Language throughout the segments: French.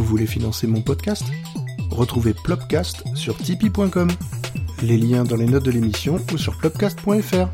Vous voulez financer mon podcast ? Retrouvez Plopcast sur tipeee.com. Les liens dans les notes de l'émission ou sur plopcast.fr.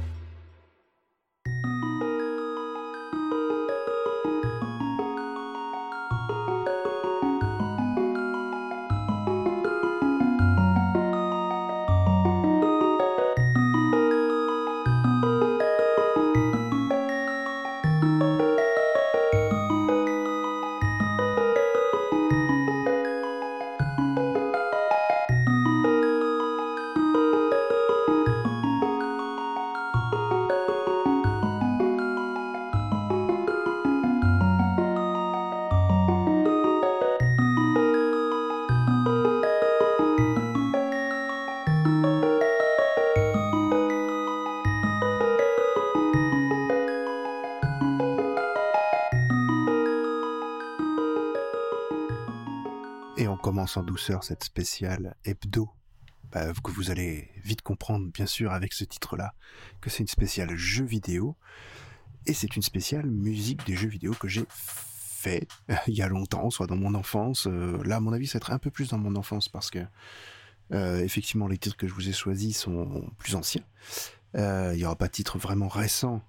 Et on commence en douceur cette spéciale hebdo, que vous allez vite comprendre, bien sûr, avec ce titre-là, que c'est une spéciale jeux vidéo, et c'est une spéciale musique des jeux vidéo que j'ai fait il y a longtemps, soit dans mon enfance. Là, à mon avis, ça va être un peu plus dans mon enfance, parce que, effectivement, les titres que je vous ai choisis sont plus anciens. Il n'y aura pas de titre vraiment récent.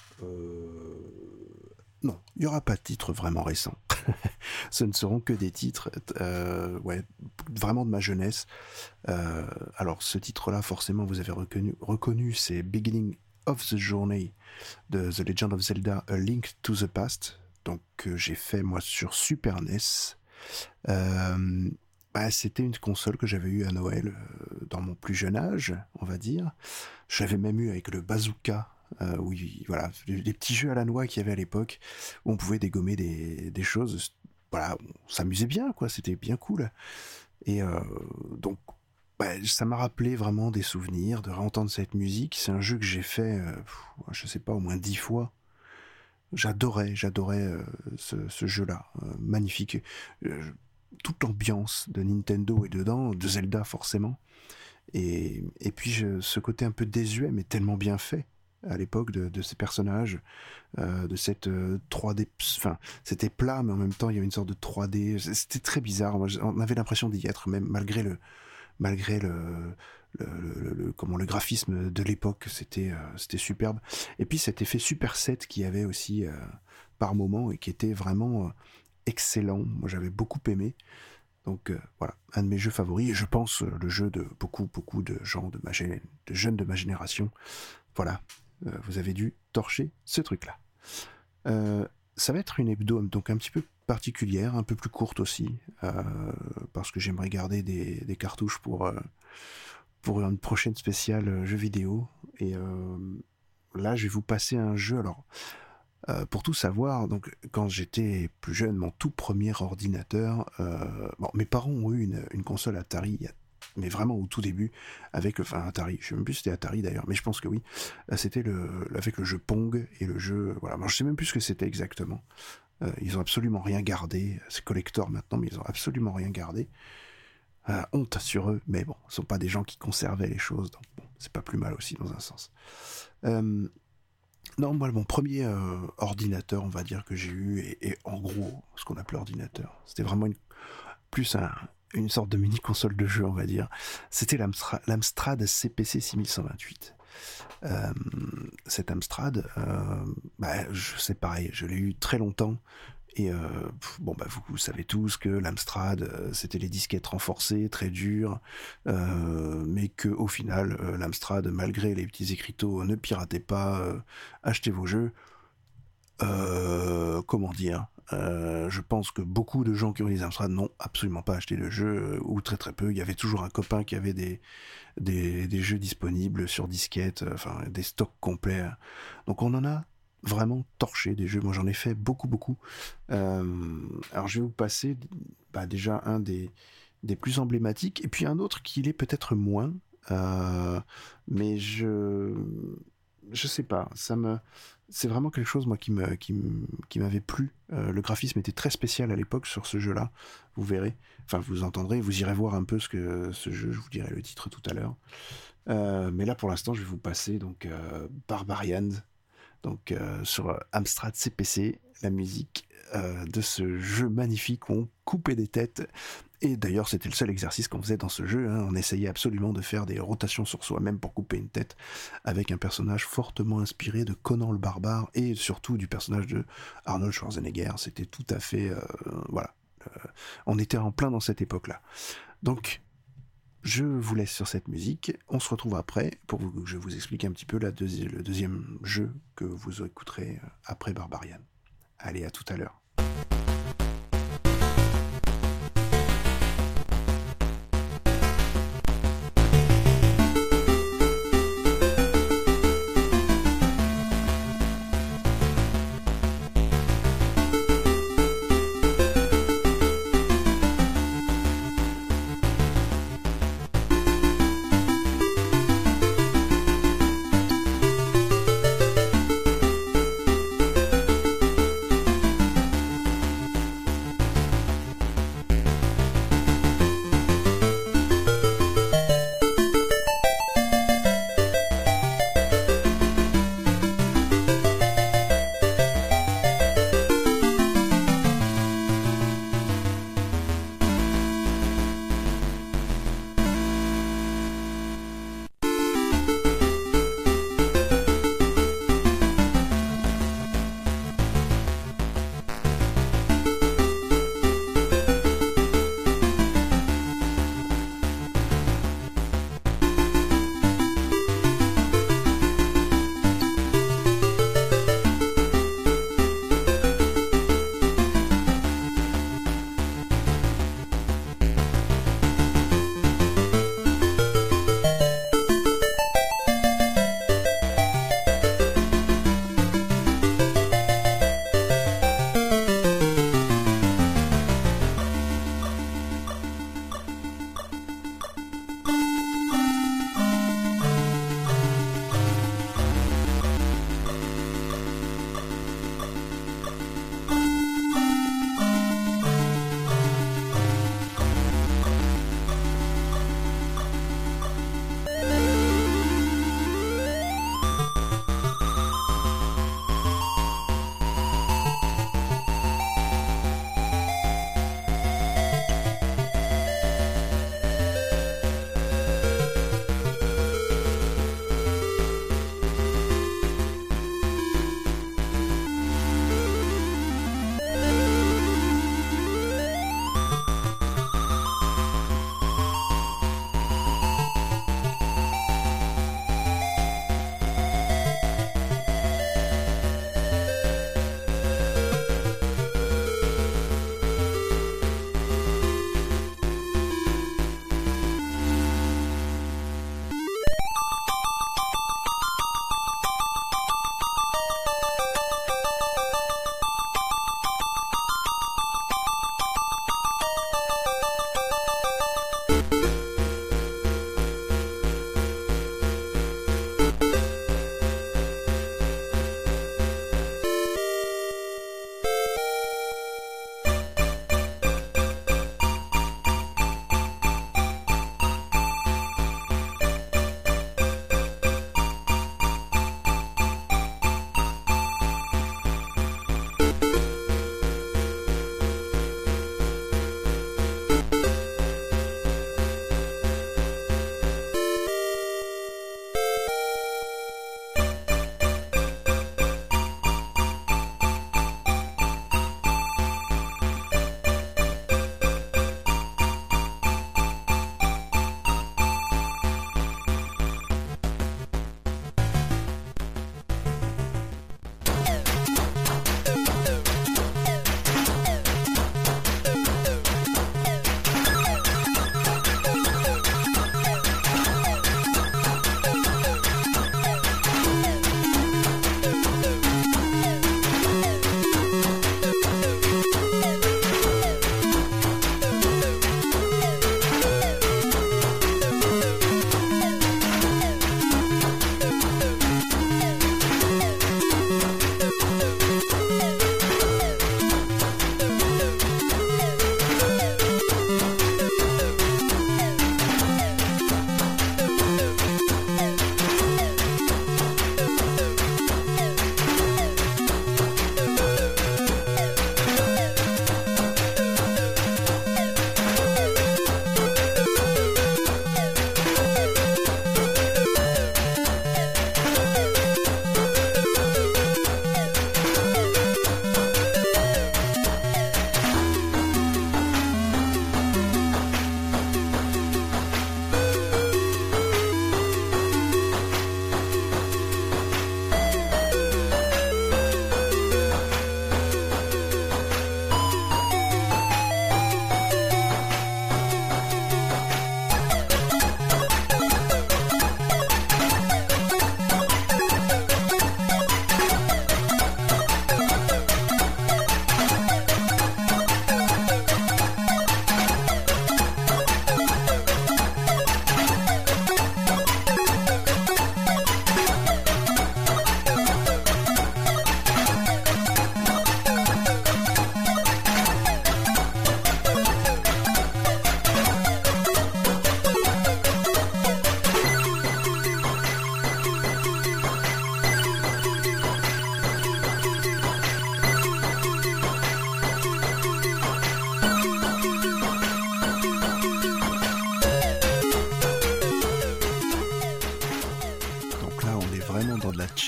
Non, il n'y aura pas de titre vraiment récent. Ce ne seront que des titres vraiment de ma jeunesse. Alors ce titre-là, forcément, vous avez reconnu, c'est Beginning of the Journey de The Legend of Zelda A Link to the Past, donc que j'ai fait moi sur Super NES. C'était une console que j'avais eue à Noël dans mon plus jeune âge, on va dire. J'avais même eu avec le bazooka. Oui, voilà, les petits jeux à la noix qu'il y avait à l'époque, où on pouvait dégommer des choses. Voilà, on s'amusait bien, quoi, c'était bien cool. Et donc, ça m'a rappelé vraiment des souvenirs, de réentendre cette musique. C'est un jeu que j'ai fait, je sais pas, au moins 10 fois. J'adorais ce jeu-là, magnifique. Toute l'ambiance de Nintendo est dedans, de Zelda forcément. Et puis ce côté un peu désuet, mais tellement bien fait à l'époque de ces personnages, de cette 3D, enfin c'était plat mais en même temps il y avait une sorte de 3D, c'était très bizarre. On avait l'impression d'y être même malgré le graphisme de l'époque, c'était superbe. Et puis cet effet Super 7 qu'il y avait aussi par moment et qui était vraiment excellent, moi j'avais beaucoup aimé. Donc voilà, un de mes jeux favoris, et je pense le jeu de beaucoup de gens, de jeunes de ma génération. Voilà, vous avez dû torcher ce truc-là. Ça va être une hebdo donc un petit peu particulière, un peu plus courte aussi, parce que j'aimerais garder des cartouches pour une prochaine spéciale jeu vidéo. Et là, je vais vous passer un jeu. Alors, pour tout savoir, donc quand j'étais plus jeune, mon tout premier ordinateur, mes parents ont eu une console Atari, mais vraiment au tout début, avec Atari, je sais même plus si c'était Atari d'ailleurs, mais je pense que oui, c'était avec le jeu Pong et le jeu, voilà, je sais même plus ce que c'était exactement. Ils ont absolument rien gardé, c'est collector maintenant, mais ils ont absolument rien gardé. Honte sur eux, mais bon, ce sont pas des gens qui conservaient les choses, donc bon, c'est pas plus mal aussi dans un sens. Non, moi, mon premier ordinateur, on va dire, que j'ai eu, et en gros, ce qu'on appelait ordinateur, c'était vraiment une sorte de mini-console de jeu, on va dire. C'était l'Amstrad CPC 6128. Cet Amstrad, c'est pareil, je l'ai eu très longtemps. Et vous savez tous que l'Amstrad, c'était les disquettes renforcées, très dures, mais que au final, l'Amstrad, malgré les petits écriteaux, ne piratez pas, achetez vos jeux. Comment dire, je pense que beaucoup de gens qui ont des Amstrad n'ont absolument pas acheté de jeux, ou très très peu. Il y avait toujours un copain qui avait des jeux disponibles sur disquette, des stocks complets. Donc on en a vraiment torché des jeux. Moi j'en ai fait beaucoup. Alors je vais vous passer déjà un des plus emblématiques, et puis un autre qui l'est peut-être moins, mais je sais pas, c'est vraiment quelque chose moi qui m'avait plu. Le graphisme était très spécial à l'époque sur ce jeu-là, vous verrez, vous entendrez, vous irez voir un peu ce jeu, je vous dirai le titre tout à l'heure. Mais là pour l'instant je vais vous passer donc Barbarians Donc sur Amstrad CPC, la musique de ce jeu magnifique où on coupait des têtes. Et d'ailleurs, c'était le seul exercice qu'on faisait dans ce jeu. Hein. On essayait absolument de faire des rotations sur soi-même pour couper une tête, avec un personnage fortement inspiré de Conan le Barbare et surtout du personnage de Arnold Schwarzenegger. C'était tout à fait... voilà. On était en plein dans cette époque-là. Donc, je vous laisse sur cette musique. On se retrouve après pour que je vous explique un petit peu le deuxième jeu que vous écouterez après Barbarian. Allez, à tout à l'heure.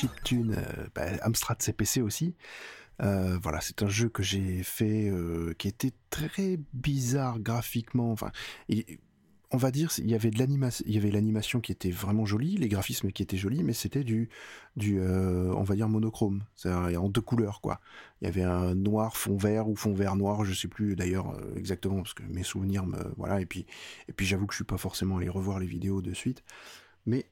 chiptune, Amstrad CPC aussi. Voilà, c'est un jeu que j'ai fait qui était très bizarre graphiquement. Enfin, on va dire, il y avait l'animation qui était vraiment jolie, les graphismes qui étaient jolis, mais c'était on va dire monochrome, c'est-à-dire en deux couleurs, quoi. Il y avait un noir fond vert ou fond vert noir, je sais plus d'ailleurs exactement parce que mes souvenirs voilà. Et puis j'avoue que je suis pas forcément allé revoir les vidéos de suite, mais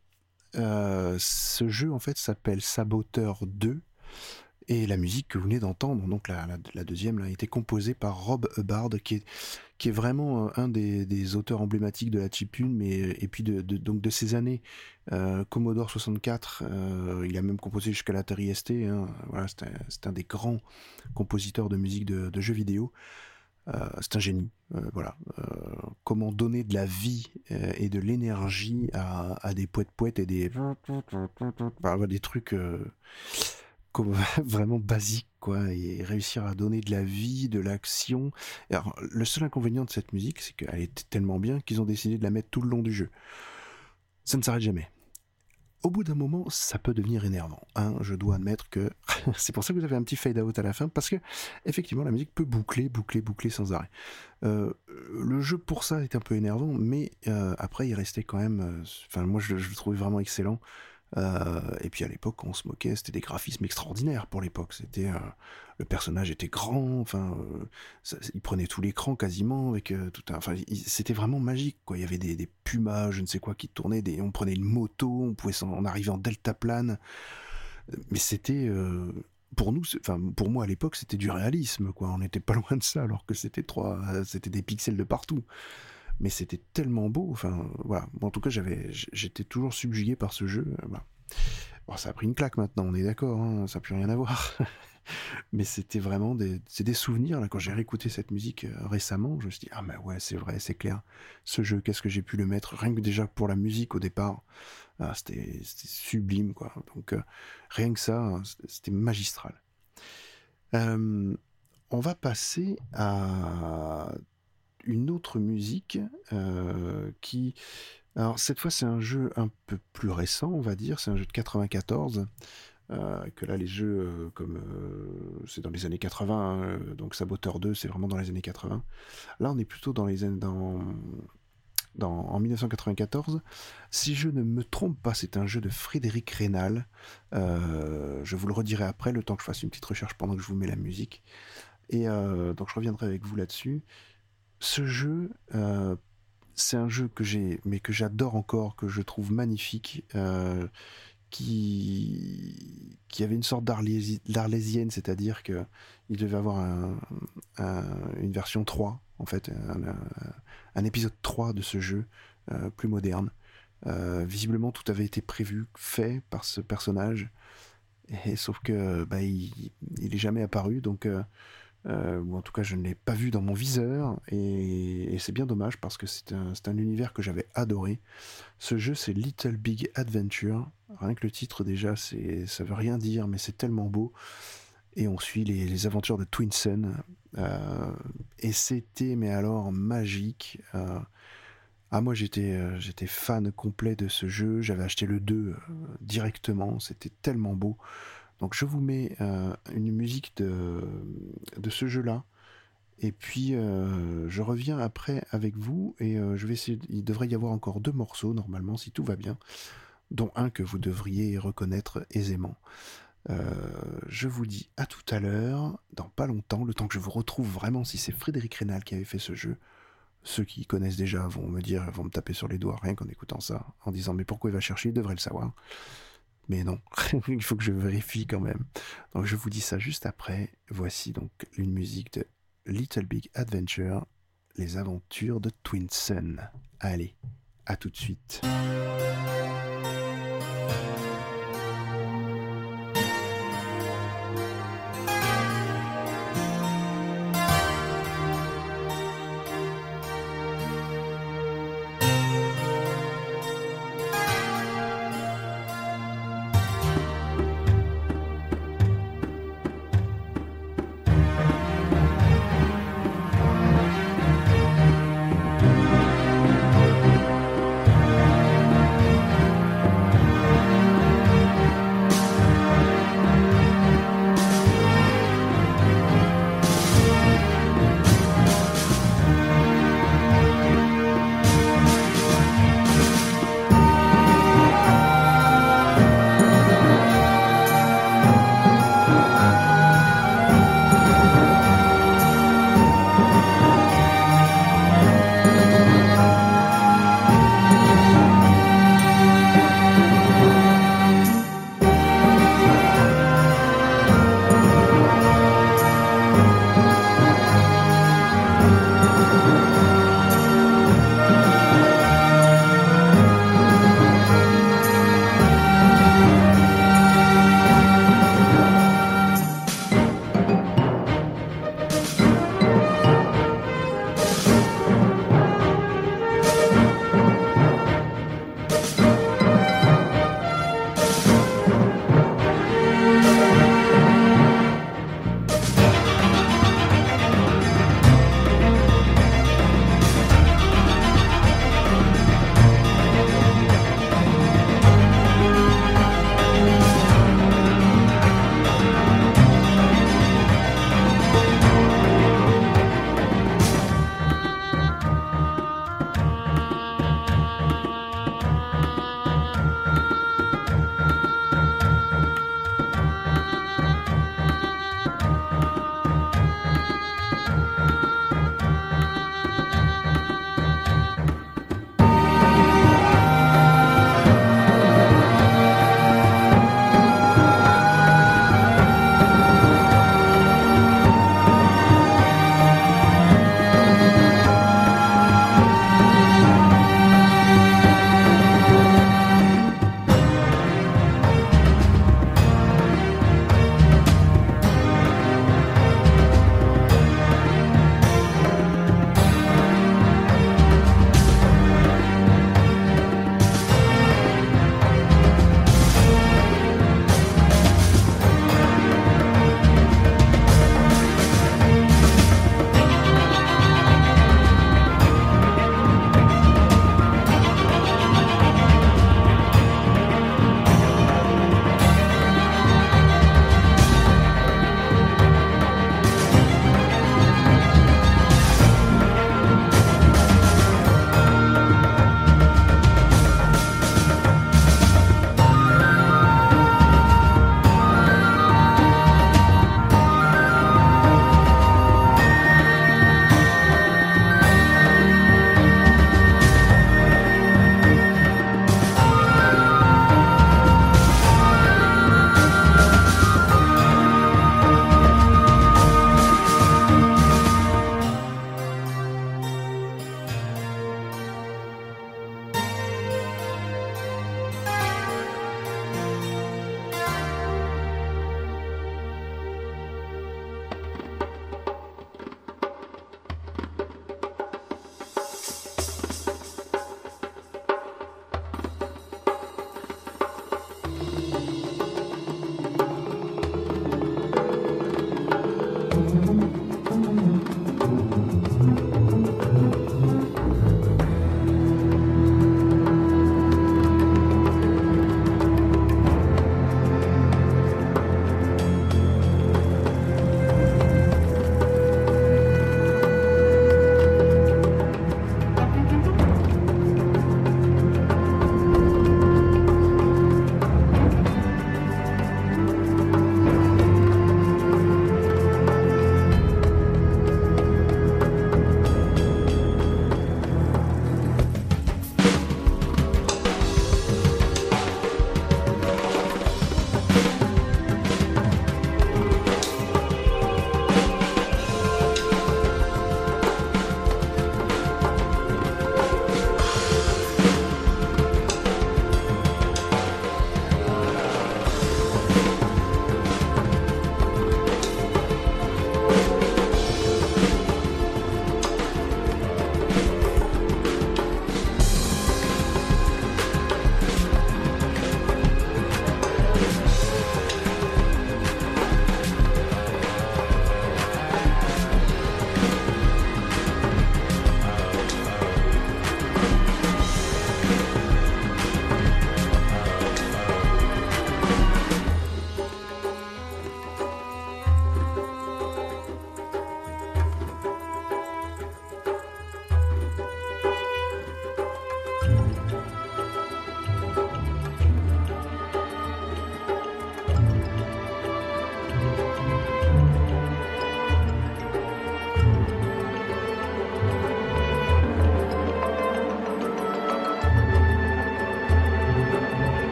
ce jeu en fait s'appelle Saboteur 2. Et la musique que vous venez d'entendre, donc la deuxième, là, a été composée par Rob Hubbard, qui est vraiment un des auteurs emblématiques de la chiptune, et puis donc de ces années Commodore 64. Il a même composé jusqu'à l'Atari ST. Hein, voilà, c'est un des grands compositeurs de musique de jeux vidéo. C'est un génie. Voilà. Comment donner de la vie et de l'énergie à des poètes et des trucs vraiment basiques, quoi, et réussir à donner de la vie, de l'action. Alors, le seul inconvénient de cette musique, c'est qu'elle était tellement bien qu'ils ont décidé de la mettre tout le long du jeu. Ça ne s'arrête jamais. Au bout d'un moment, ça peut devenir énervant. Hein, je dois admettre que c'est pour ça que vous avez un petit fade-out à la fin, parce que effectivement, la musique peut boucler sans arrêt. Le jeu pour ça est un peu énervant, mais après, il restait quand même... Enfin, moi, je le trouvais vraiment excellent. Et puis à l'époque, on se moquait, c'était des graphismes extraordinaires pour l'époque. Le personnage était grand, enfin, il prenait tout l'écran quasiment avec c'était vraiment magique, quoi. Il y avait des pumas, je ne sais quoi, qui tournaient, on prenait une moto, on arrivait en deltaplane, mais c'était pour nous, pour moi à l'époque, c'était du réalisme, quoi. On n'était pas loin de ça, alors que c'était des pixels de partout. Mais c'était tellement beau, enfin voilà. En tout cas, j'étais toujours subjugué par ce jeu. Voilà. Bon, ça a pris une claque maintenant, on est d'accord, hein, ça n'a plus rien à voir. Mais c'était vraiment des souvenirs. Là, quand j'ai réécouté cette musique récemment, je me suis dit, ah mais ouais, c'est vrai, c'est clair. Ce jeu, qu'est-ce que j'ai pu le mettre, rien que déjà pour la musique au départ, c'était sublime, quoi. Donc rien que ça, c'était magistral. On va passer à une autre musique qui... Alors cette fois c'est un jeu un peu plus récent, on va dire, c'est un jeu de 94, que là les jeux c'est dans les années 80, donc Saboteur 2 c'est vraiment dans les années 80. Là on est plutôt en 1994. Si je ne me trompe pas, c'est un jeu de Frédéric Rénal. Je vous le redirai après, le temps que je fasse une petite recherche pendant que je vous mets la musique. Et donc je reviendrai avec vous là-dessus. Ce jeu, c'est un jeu que j'adore encore, que je trouve magnifique, qui avait une sorte d'arlésienne, c'est-à-dire que il devait avoir une version 3, en fait, un épisode 3 de ce jeu, plus moderne. Visiblement, tout avait été fait par ce personnage, et sauf que il est jamais apparu, donc... ou en tout cas je ne l'ai pas vu dans mon viseur, et c'est bien dommage parce que c'est un univers que j'avais adoré. Ce jeu, c'est Little Big Adventure. Rien que le titre déjà, ça veut rien dire, mais c'est tellement beau. Et on suit les aventures de Twin Sun, et c'était mais alors magique. Moi j'étais fan complet de ce jeu, j'avais acheté le 2 directement, c'était tellement beau. Donc je vous mets une musique de ce jeu-là, et puis je reviens après avec vous, et je vais essayer. Il devrait y avoir encore 2 morceaux normalement, si tout va bien, dont un que vous devriez reconnaître aisément. Je vous dis à tout à l'heure, dans pas longtemps, le temps que je vous retrouve vraiment, si c'est Frédéric Rénal qui avait fait ce jeu. Ceux qui connaissent déjà vont me taper sur les doigts rien qu'en écoutant ça, en disant mais pourquoi il va chercher, il devrait le savoir. Mais non, il faut que je vérifie quand même. Donc je vous dis ça juste après. Voici donc une musique de Little Big Adventure, les aventures de Twin Sun. Allez, à tout de suite.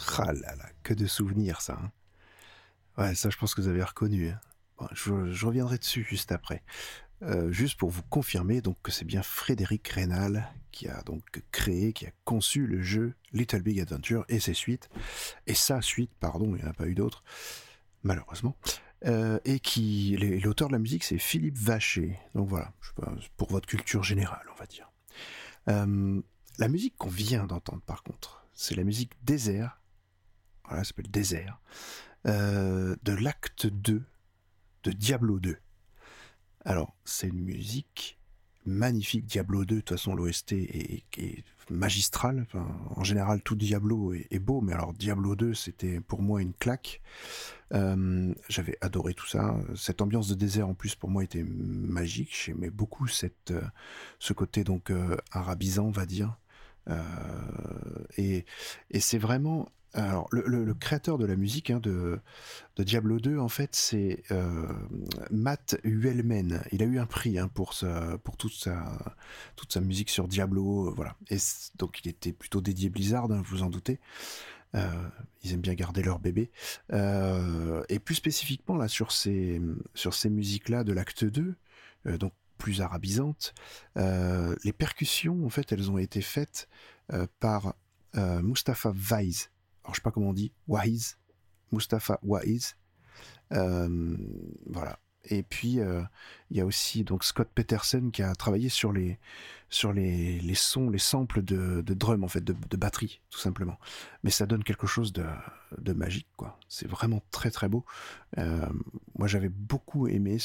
Ah là là, que de souvenirs ça. Hein. Ouais, ça je pense que vous avez reconnu. Hein. Bon, je reviendrai dessus juste après. Juste pour vous confirmer donc que c'est bien Frédéric Reynal qui a donc créé, qui a conçu le jeu Little Big Adventure et ses suites, et sa suite, pardon, il n'y en a pas eu d'autres, malheureusement. Et l'auteur de la musique, c'est Philippe Vacher. Donc voilà, je sais pas, pour votre culture générale, on va dire. Euh, la musique qu'on vient d'entendre, par contre, c'est la musique Désert. Voilà, ça s'appelle Désert. De l'acte 2 de Diablo 2. Alors, c'est une musique magnifique. Diablo 2, de toute façon, l'OST est magistral. Enfin, en général, tout Diablo est beau, mais alors Diablo 2, c'était pour moi une claque. J'avais adoré tout ça. Cette ambiance de désert, en plus, pour moi, était magique. J'aimais beaucoup ce côté donc arabisant, on va dire. Euh, et, et c'est vraiment... Alors, le créateur de la musique de Diablo 2, en fait, c'est Matt Uelmen. Il a eu un prix pour toute sa musique sur Diablo. Voilà. Et donc, il était plutôt dédié Blizzard, hein, vous en doutez. Ils aiment bien garder leur bébé. Et plus spécifiquement, là, sur ces musiques-là de l'acte 2, donc plus arabisantes, les percussions, en fait, elles ont été faites par Mustapha Waiz. Alors, je sais pas comment on dit, Waiz. Mustapha Waiz. Voilà. Et puis il y a aussi donc Scott Peterson qui a travaillé sur les sons, les samples de drum en fait, de batterie tout simplement. Mais ça donne quelque chose de magique quoi. C'est vraiment très très beau. Moi j'avais beaucoup aimé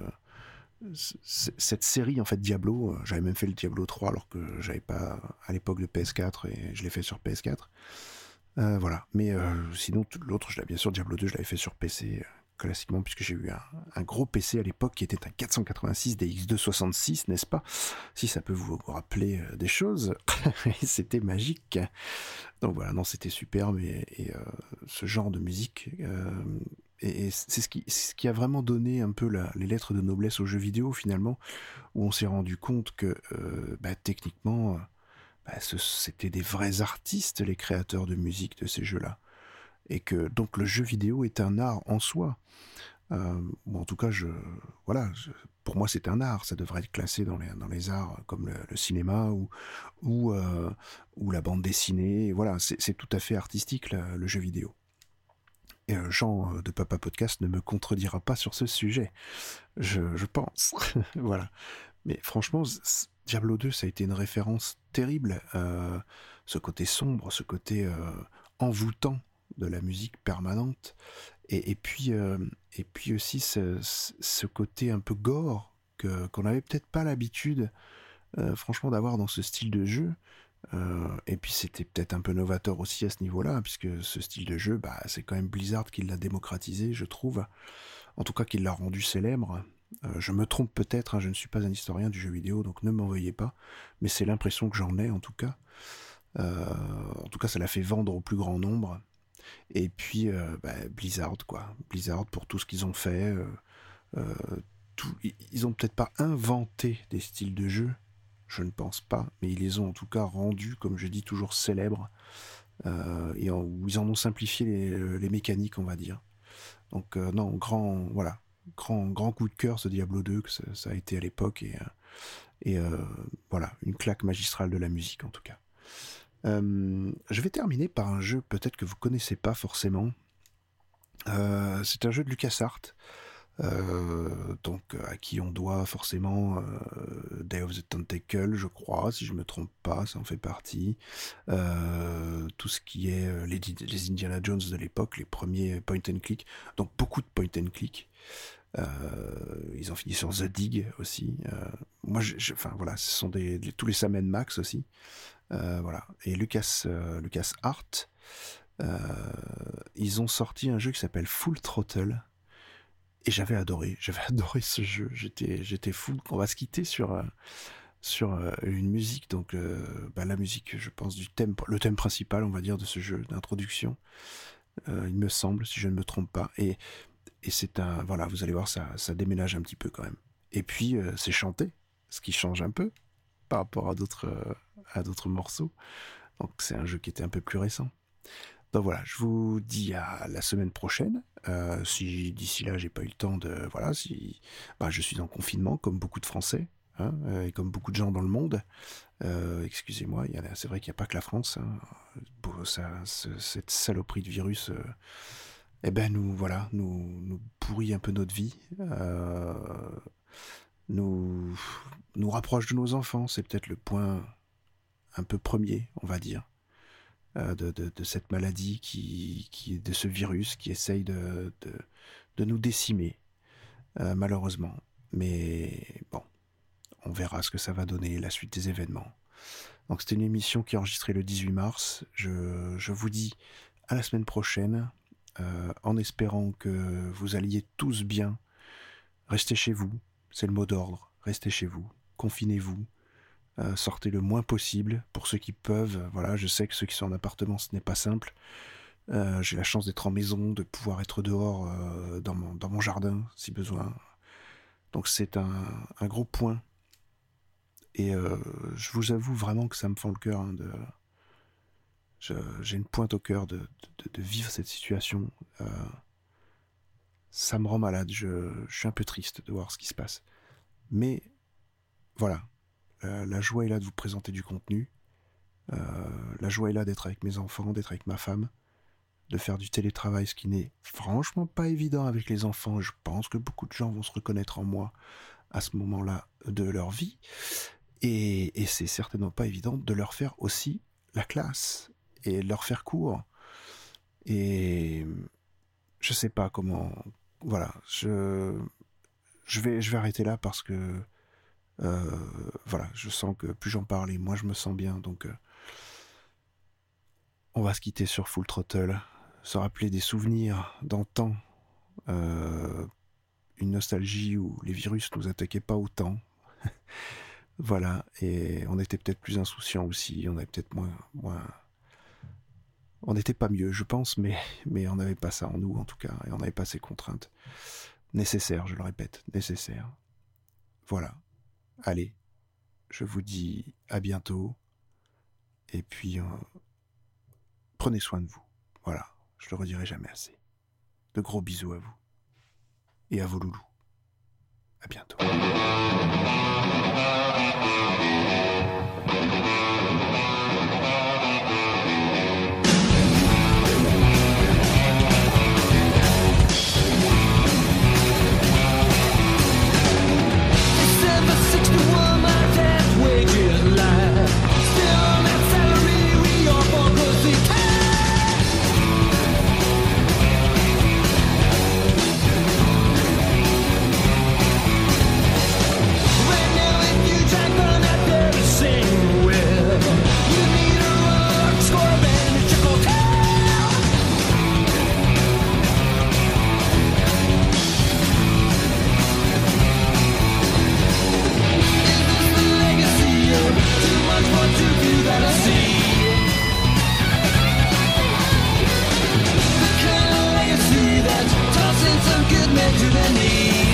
cette série en fait Diablo. J'avais même fait le Diablo 3 alors que j'avais pas à l'époque de PS4 et je l'ai fait sur PS4. Voilà. Mais sinon, l'autre, bien sûr, Diablo 2, je l'avais fait sur PC, classiquement, puisque j'ai eu un gros PC à l'époque qui était un 486 DX266, n'est-ce pas? Si ça peut vous rappeler des choses. C'était magique. Donc voilà, non, c'était superbe. Et ce genre de musique, et c'est ce qui a vraiment donné un peu les lettres de noblesse aux jeux vidéo, finalement, où on s'est rendu compte que, techniquement, c'était des vrais artistes, les créateurs de musique de ces jeux-là. Et que donc le jeu vidéo est un art en soi. Ou en tout cas, pour moi, c'est un art. Ça devrait être classé dans les arts comme le cinéma ou, euh, ou la bande dessinée. Voilà, c'est tout à fait artistique, le jeu vidéo. Et Jean de Papa Podcast ne me contredira pas sur ce sujet, je pense. Voilà. Mais franchement, Diablo 2, ça a été une référence terrible. Ce côté sombre, ce côté envoûtant de la musique permanente. Et puis aussi ce côté un peu gore qu'on n'avait peut-être pas l'habitude, franchement, d'avoir dans ce style de jeu. Et puis c'était peut-être un peu novateur aussi à ce niveau-là, puisque ce style de jeu, c'est quand même Blizzard qui l'a démocratisé, je trouve. En tout cas, qui l'a rendu célèbre. Je me trompe peut-être, hein, je ne suis pas un historien du jeu vidéo, donc ne m'en veuillez pas, mais c'est l'impression que j'en ai en tout cas. En tout cas, ça l'a fait vendre au plus grand nombre. Et puis, Blizzard, quoi. Blizzard pour tout ce qu'ils ont fait. Euh, ils ont peut-être pas inventé des styles de jeu, je ne pense pas, mais ils les ont en tout cas rendus, comme je dis, toujours célèbres. Où ils en ont simplifié les mécaniques, on va dire. Donc, non, voilà. Grand coup de cœur ce Diablo 2 que ça a été à l'époque et voilà, une claque magistrale de la musique en tout cas. Je vais terminer par un jeu peut-être que vous connaissez pas forcément. C'est un jeu de LucasArts, donc à qui on doit forcément Day of the Tentacle, je crois, si je me trompe pas, ça en fait partie. Tout ce qui est les Indiana Jones de l'époque, les premiers point and click, donc beaucoup de point and click. Ils ont fini sur The Dig aussi. Moi, enfin voilà, ce sont tous les Sam Max aussi. Voilà. Et Lucas Art, ils ont sorti un jeu qui s'appelle Full Throttle. Et j'avais adoré ce jeu. J'étais fou. On va se quitter sur une musique, donc la musique, je pense, le thème principal, on va dire, de ce jeu d'introduction. Il me semble, si je ne me trompe pas. Et c'est voilà, vous allez voir, ça déménage un petit peu quand même. Et puis c'est chanté, ce qui change un peu par rapport à d'autres morceaux. Donc c'est un jeu qui était un peu plus récent. Donc voilà, je vous dis à la semaine prochaine. Si d'ici là j'ai pas eu le temps de, voilà, si, je suis en confinement comme beaucoup de Français, hein, et comme beaucoup de gens dans le monde. Excusez-moi, c'est vrai qu'il n'y a pas que la France, hein. Bon, cette saloperie de virus, nous pourrit un peu notre vie, nous nous rapproche de nos enfants. C'est peut-être le point un peu premier, on va dire, de cette maladie de ce virus qui essaye de nous décimer, malheureusement. Mais bon, on verra ce que ça va donner, la suite des événements. Donc c'était une émission qui est enregistrée le 18 mars. Je vous dis à la semaine prochaine, en espérant que vous alliez tous bien. Restez chez vous, c'est le mot d'ordre. Restez chez vous, confinez-vous, sortez le moins possible pour ceux qui peuvent. Voilà, je sais que ceux qui sont en appartement, ce n'est pas simple. J'ai la chance d'être en maison, de pouvoir être dehors dans mon jardin si besoin. Donc c'est un gros point. Et je vous avoue vraiment que ça me fend le cœur, hein, j'ai une pointe au cœur de vivre cette situation. Ça me rend malade, je suis un peu triste de voir ce qui se passe. Mais voilà, la joie est là de vous présenter du contenu. La joie est là d'être avec mes enfants, d'être avec ma femme, de faire du télétravail, ce qui n'est franchement pas évident avec les enfants. Je pense que beaucoup de gens vont se reconnaître en moi à ce moment-là de leur vie. Et c'est certainement pas évident de leur faire aussi la classe et de leur faire cours. Et je sais pas comment. Voilà, je vais arrêter là parce que voilà, je sens que plus j'en parle et moins je me sens bien. Donc on va se quitter sur Full Throttle, se rappeler des souvenirs d'antan, une nostalgie où les virus nous attaquaient pas autant. Voilà, et on était peut-être plus insouciants aussi, on avait peut-être moins... On n'était pas mieux, je pense, mais on n'avait pas ça en nous, en tout cas, et on n'avait pas ces contraintes nécessaires, je le répète, nécessaires. Voilà, allez, je vous dis à bientôt, et puis prenez soin de vous, voilà, je le redirai jamais assez. De gros bisous à vous, et à vos loulous. À bientôt. Some good men to the knee.